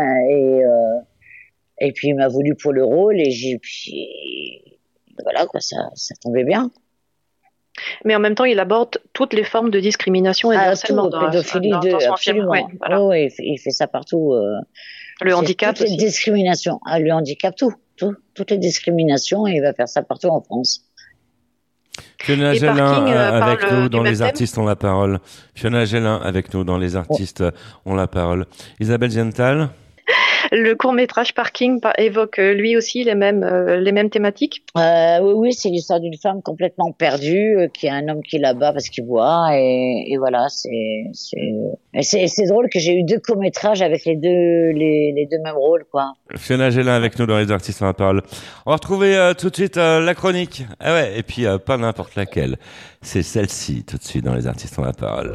et puis il m'a voulu pour le rôle, et puis voilà, quoi, ça tombait bien. Mais en même temps, il aborde toutes les formes de discrimination et de harcèlement dans son film. Oui, il fait ça partout. Le handicap toutes les discriminations. Le handicap, toutes les discriminations, et il va faire ça partout en France. Fiona Gélin avec nous dans Les Artistes ont la parole. Fiona Gélin avec nous dans Les Artistes ont la parole. Isabelle Zienthal. Le court-métrage Parking évoque lui aussi les mêmes thématiques. Oui, c'est l'histoire d'une femme complètement perdue, qui a un homme qui la bat parce qu'il boit, et voilà, c'est drôle que j'ai eu 2 courts-métrages avec les deux mêmes rôles, quoi. Fiona Gélin avec nous dans Les Artistes en la parole. On va retrouver tout de suite la chronique. Ah ouais, et puis pas n'importe laquelle. C'est celle-ci tout de suite dans Les Artistes en la parole.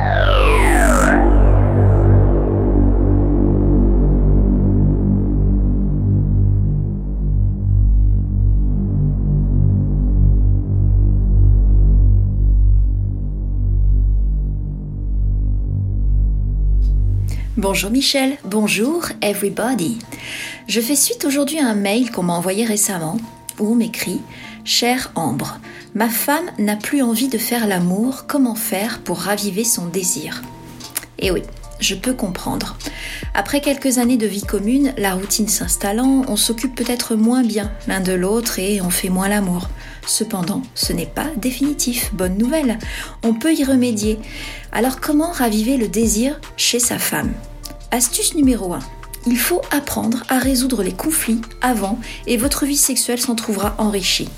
Bonjour Michel, bonjour everybody. Je fais suite aujourd'hui à un mail qu'on m'a envoyé récemment où on m'écrit « Chère Ambre, ma femme n'a plus envie de faire l'amour, comment faire pour raviver son désir ?» Et oui, je peux comprendre. Après quelques années de vie commune, la routine s'installant, on s'occupe peut-être moins bien l'un de l'autre et on fait moins l'amour. Cependant, ce n'est pas définitif, bonne nouvelle, on peut y remédier. Alors comment raviver le désir chez sa femme ? Astuce numéro 1, il faut apprendre à résoudre les conflits avant et votre vie sexuelle s'en trouvera enrichie.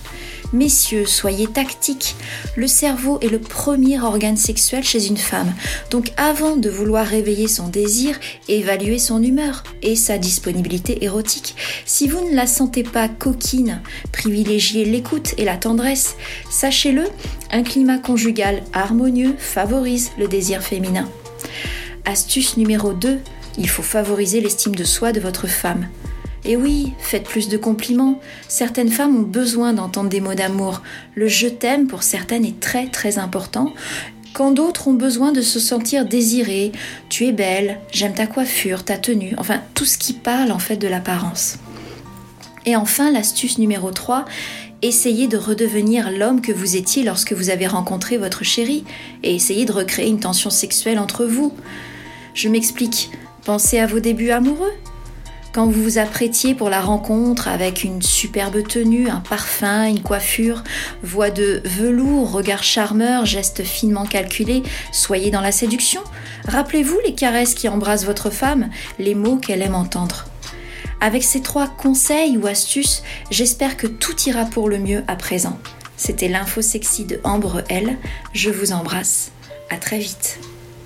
Messieurs, soyez tactiques. Le cerveau est le premier organe sexuel chez une femme. Donc avant de vouloir réveiller son désir, évaluez son humeur et sa disponibilité érotique. Si vous ne la sentez pas coquine, privilégiez l'écoute et la tendresse. Sachez-le, un climat conjugal harmonieux favorise le désir féminin. Astuce numéro 2, il faut favoriser l'estime de soi de votre femme. Et oui, faites plus de compliments. Certaines femmes ont besoin d'entendre des mots d'amour. Le « je t'aime » pour certaines est très très important, quand d'autres ont besoin de se sentir désirées. Tu es belle, j'aime ta coiffure, ta tenue, enfin tout ce qui parle en fait de l'apparence. Et enfin, l'astuce numéro 3, essayez de redevenir l'homme que vous étiez lorsque vous avez rencontré votre chérie et essayez de recréer une tension sexuelle entre vous. Je m'explique, pensez à vos débuts amoureux. Quand vous vous apprêtiez pour la rencontre avec une superbe tenue, un parfum, une coiffure, voix de velours, regard charmeur, gestes finement calculés, soyez dans la séduction. Rappelez-vous les caresses qui embrassent votre femme, les mots qu'elle aime entendre. Avec ces 3 conseils ou astuces, j'espère que tout ira pour le mieux à présent. C'était l'info sexy de Ambre L. Je vous embrasse. À très vite.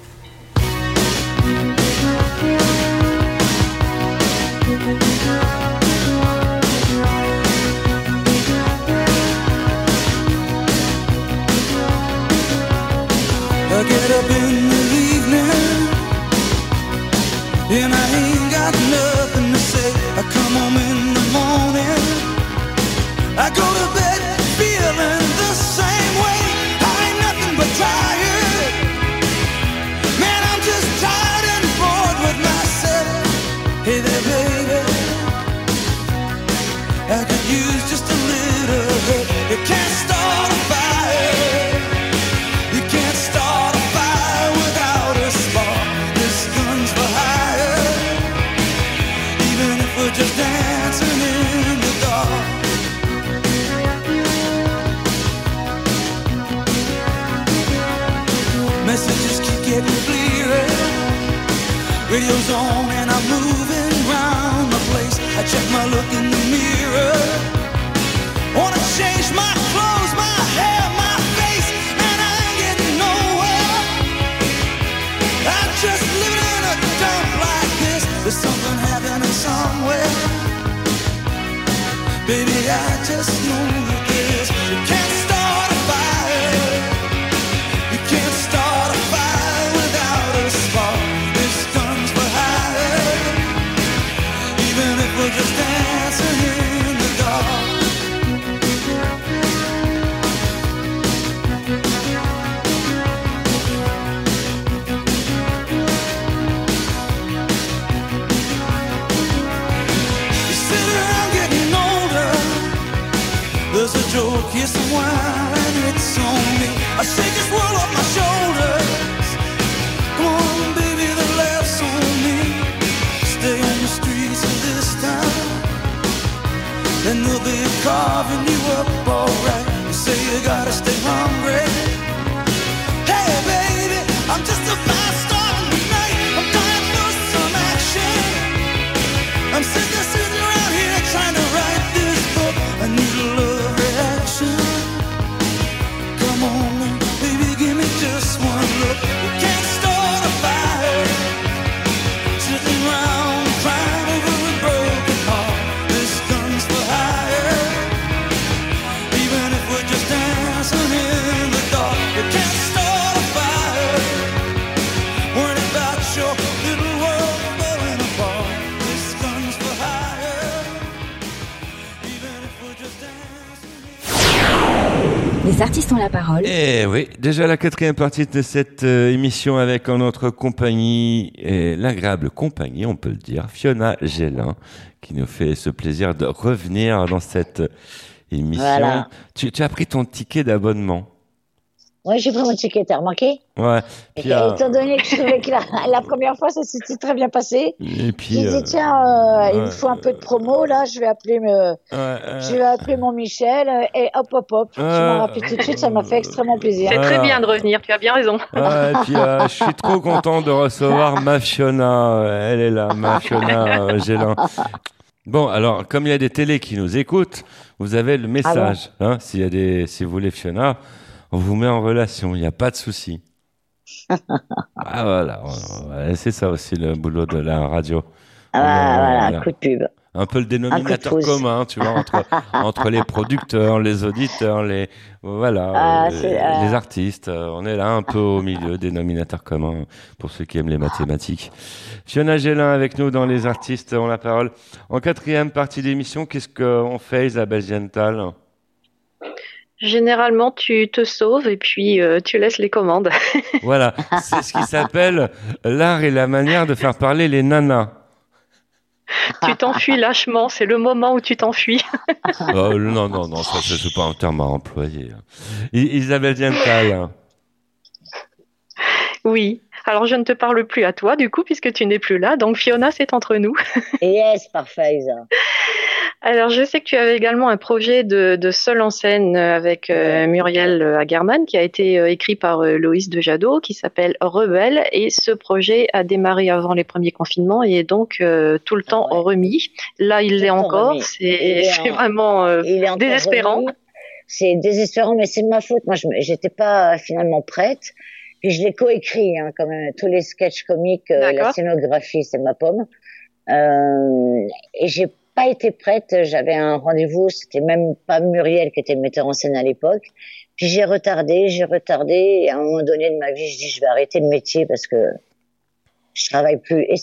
I get up in the evening and I ain't got nothing to say. I come home in the morning, I go to bed feeling the same way. I ain't nothing but tired, man, I'm just tired and bored with myself. Hey there baby, I could use just a little help. You can't start a fire, you can't start a fire without a spark. This gun's for hire, even if we're just dancing in the dark. Messages keep getting clearer, radio's on and I'm moving round the place. I check my look in the mirror, wanna change my clothes, my hair, my face, and I ain't getting nowhere. I'm just living in a dump like this. There's something happening somewhere. Baby, I just know that this. You can't start a fire, you can't start a fire without a spark. This gun's for hire, even if we're just dancing in the dark. There's a joke, here's some wine, and it's on me. I shake this world off my shoulders. Come on, baby, the laugh's on me. Stay on the streets of this town, and they'll be carving you up alright. You say you gotta stay hungry. Hey, baby, I'm just a fast star tonight. I'm dying for some action. I'm sitting around here trying to write this book. I need a love reaction. Come on, baby, give me just one look. You can't start a fire, sitting around crying over a broken heart. This gun's for hire, even if we're just dancing in the dark. You can't start a fire, worrying about your little world falling apart. This gun's for hire, even if we're just dancing. Les artistes ont la parole. Et oui, déjà la 4e partie de cette émission avec en notre compagnie, et l'agréable compagnie, on peut le dire, Fiona Gélin, qui nous fait ce plaisir de revenir dans cette émission. Voilà. Tu as pris ton ticket d'abonnement. Oui, j'ai pris mon ticket, t'as remarqué? Ouais. Et étant donné que je trouvais que la première fois, ça s'était très bien passé. Et puis, j'ai dit, tiens, il me faut un peu de promo, là, je vais appeler mon Michel, et hop. Je m'en rappelle tout de suite, ça m'a fait extrêmement plaisir. C'est très bien de revenir, tu as bien raison. Et puis, je suis trop content de recevoir ma Fiona. Elle est là, ma Fiona Gélin. Bon, alors, comme il y a des télés qui nous écoutent, vous avez le message. Ah bon si vous voulez Fiona, on vous met en relation, il n'y a pas de souci. Voilà, c'est ça aussi le boulot de la radio. Voilà, coup de pub. Un peu le dénominateur commun, tu vois, entre les producteurs, les auditeurs, les artistes. On est là un peu au milieu, dénominateur commun pour ceux qui aiment les mathématiques. Fiona Gélin avec nous dans Les Artistes ont la parole. En 4e partie d'émission, qu'est-ce qu'on fait, Isabelle Gental ? Généralement, tu te sauves et puis tu laisses les commandes. Voilà, c'est ce qui s'appelle l'art et la manière de faire parler les nanas. Tu t'enfuis lâchement, c'est le moment où tu t'enfuis. Non, ça c'est pas un terme à employer. Isabelle Gental. Oui, alors je ne te parle plus à toi du coup puisque tu n'es plus là, donc Fiona c'est entre nous. Yes, parfait Isa. Alors, je sais que tu avais également un projet de seul en scène avec Muriel Hagerman qui a été écrit par Loïs de Jadot qui s'appelle Rebelle et ce projet a démarré avant les premiers confinements et est donc tout le temps remis. Là, il l'est encore. C'est vraiment désespérant. C'est désespérant, mais c'est de ma faute. Moi, j'étais pas finalement prête. Puis je l'ai coécrit quand même. Tous les sketchs comiques, la scénographie, c'est ma pomme. Et j'ai pas été prête, j'avais un rendez-vous, c'était même pas Muriel qui était le metteur en scène à l'époque. Puis j'ai retardé, et à un moment donné de ma vie, je dis je vais arrêter le métier parce que je travaille plus et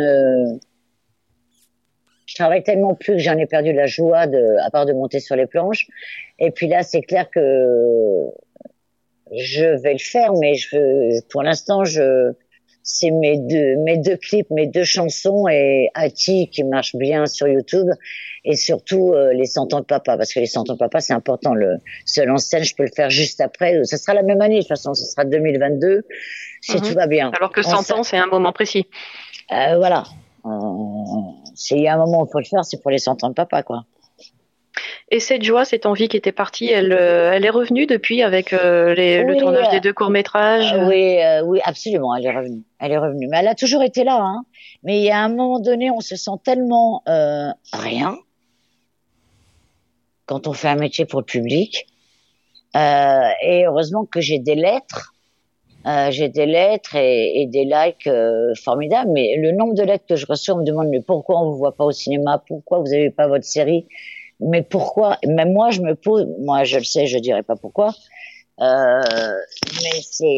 je travaille tellement plus que j'en ai perdu la joie à part de monter sur les planches. Et puis là, c'est clair que je vais le faire, mais pour l'instant, c'est mes deux clips, mes 2 chansons et Hati qui marche bien sur YouTube et surtout les 100 ans de papa parce que les 100 ans de papa c'est important. Le seul en scène je peux le faire juste après, ça sera la même année de toute façon, ce sera 2022 si tout va bien. Alors que 100 ans c'est un moment précis. Voilà, s'il y a un moment où il faut le faire c'est pour les 100 ans de papa quoi. Et cette joie, cette envie qui était partie, elle est revenue depuis avec le tournage des 2 courts-métrages. Oui, absolument, elle est revenue. Mais elle a toujours été là, hein. Mais il y a un moment donné, on se sent tellement rien quand on fait un métier pour le public. Et heureusement que j'ai des lettres. J'ai des lettres et des likes formidables. Mais le nombre de lettres que je reçois, on me demande mais pourquoi on vous voit pas au cinéma, pourquoi vous n'avez pas votre série. Mais pourquoi? Même moi, je me pose. Moi, je le sais, je dirais pas pourquoi. Mais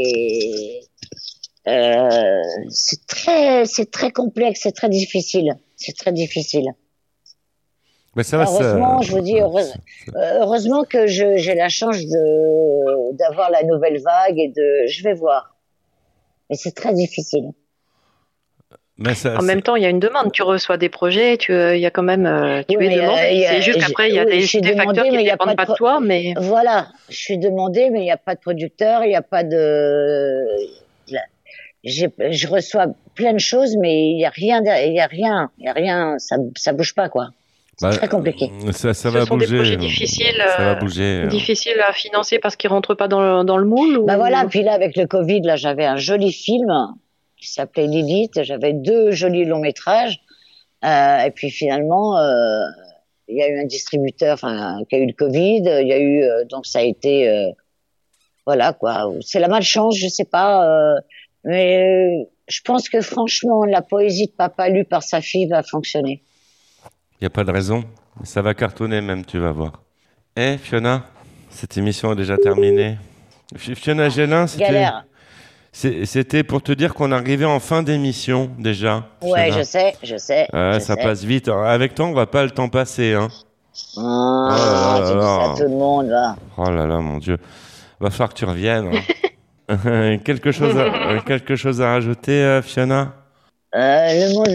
c'est très complexe, c'est très difficile. C'est très difficile. Mais ça va. Heureusement, je vous dis heureusement que j'ai la chance d'avoir la nouvelle vague et je vais voir. Mais c'est très difficile. En même temps, il y a une demande. Tu reçois des projets, il y a quand même, tu es demandé. C'est juste qu'après, il y a des facteurs qui ne dépendent pas de toi, mais. Voilà, je suis demandée, mais il n'y a pas de producteur, il n'y a pas de. Je reçois plein de choses, mais il y a rien, ça bouge pas quoi. C'est très compliqué. Ça Ce va sont bouger. Des projets difficiles, ça va bouger. Difficiles à financer parce qu'ils rentrent pas dans le moule. Ou... Voilà. Puis là, avec le Covid, là, j'avais un joli film qui s'appelait Lilith. J'avais 2 jolis longs métrages. Et puis finalement, il y a eu un distributeur, qui a eu le Covid. Il y a eu, donc ça a été, voilà quoi. C'est la malchance, je sais pas. Mais je pense que franchement, la poésie de papa lue par sa fille va fonctionner. Il n'y a pas de raison. Ça va cartonner même, tu vas voir. Fiona, cette émission est déjà terminée. Fiona Gélin, c'était pour te dire qu'on arrivait en fin d'émission déjà. Ouais, je sais. Ça passe vite. Avec toi, on va pas le temps passer. Hein. Tu dis ça à tout le monde. Va. Oh là là, mon Dieu. Va falloir que tu reviennes. Hein. quelque chose à rajouter, Fiona? Le mot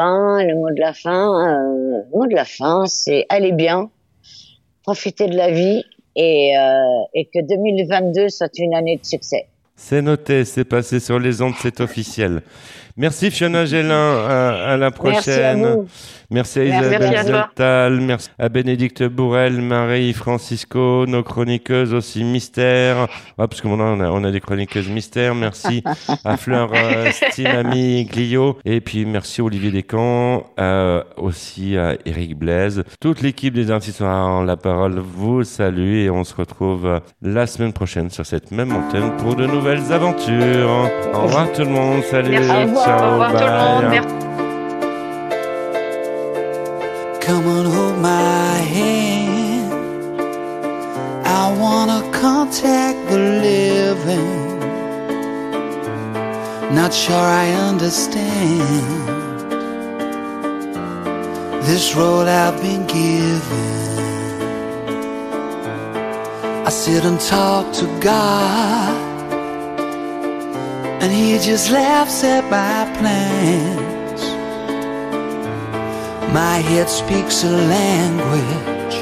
de la fin, c'est aller bien, profiter de la vie et que 2022 soit une année de succès. C'est noté, c'est passé sur les ondes, c'est officiel. Merci Fiona Gélin, à la prochaine. Merci à vous. Merci à Isabelle Zoltal, merci à Bénédicte Bourrel, Marie, Francisco, nos chroniqueuses aussi mystères. Parce que maintenant on a des chroniqueuses mystères. Merci à Fleur Stimani Glio. Et puis merci à Olivier Descamps, aussi à Eric Blaise. Toute l'équipe des artistes ont la parole vous salue et on se retrouve la semaine prochaine sur cette même antenne pour de nouvelles aventures. Au revoir tout le monde, salut. Merci. Ciao, au revoir bye. tout le monde. Merci. Come and hold my hand. I wanna contact the living. Not sure I understand this road I've been given. I sit and talk to God, and He just laughs at my plans. My head speaks a language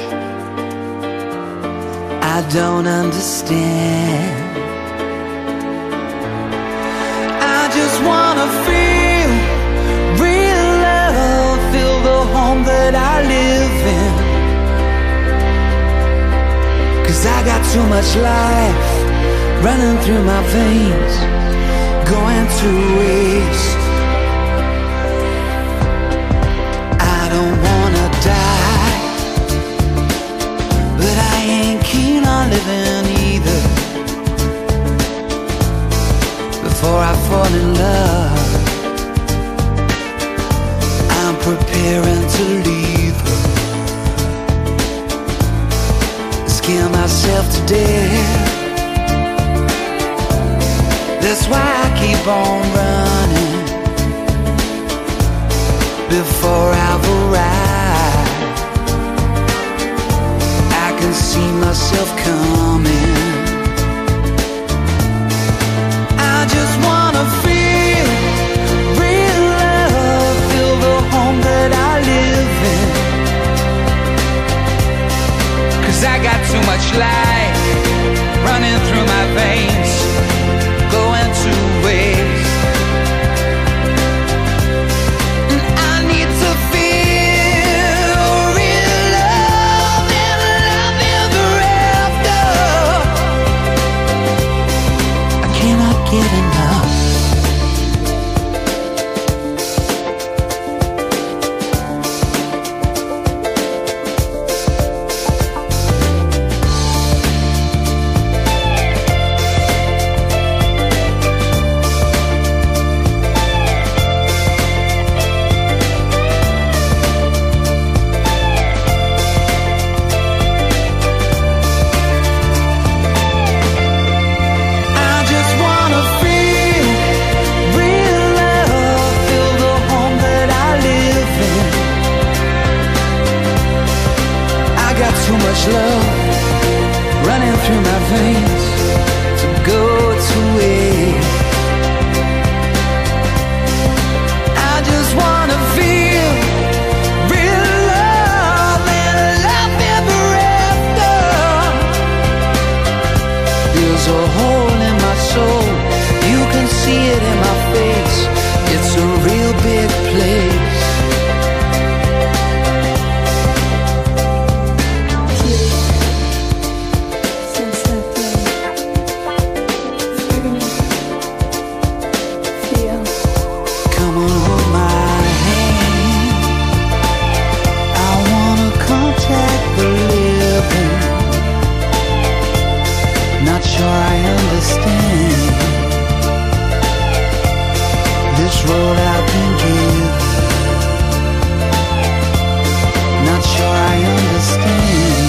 I don't understand. I just wanna feel real love, feel the home that I live in. 'Cause I got too much life running through my veins, going to waste. I don't wanna die, but I ain't keen on living either. Before I fall in love, I'm preparing to leave her. Scare myself to death. That's why I keep on running before I've arrived. I can see myself coming. I just wanna feel real love, feel the home that I live in. 'Cause I got too much life running through my veins, going to waste. And I need to feel real love and love ever after. I cannot get enough. Love running through my veins to go to waste. I just wanna feel real love and love ever after. There's a hole in my soul, you can see it in my face. It's a real big place. Road I've been given, not sure I understand,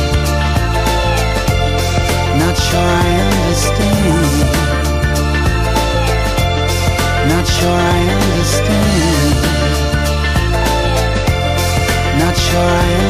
not sure I understand, not sure I understand, not sure I understand.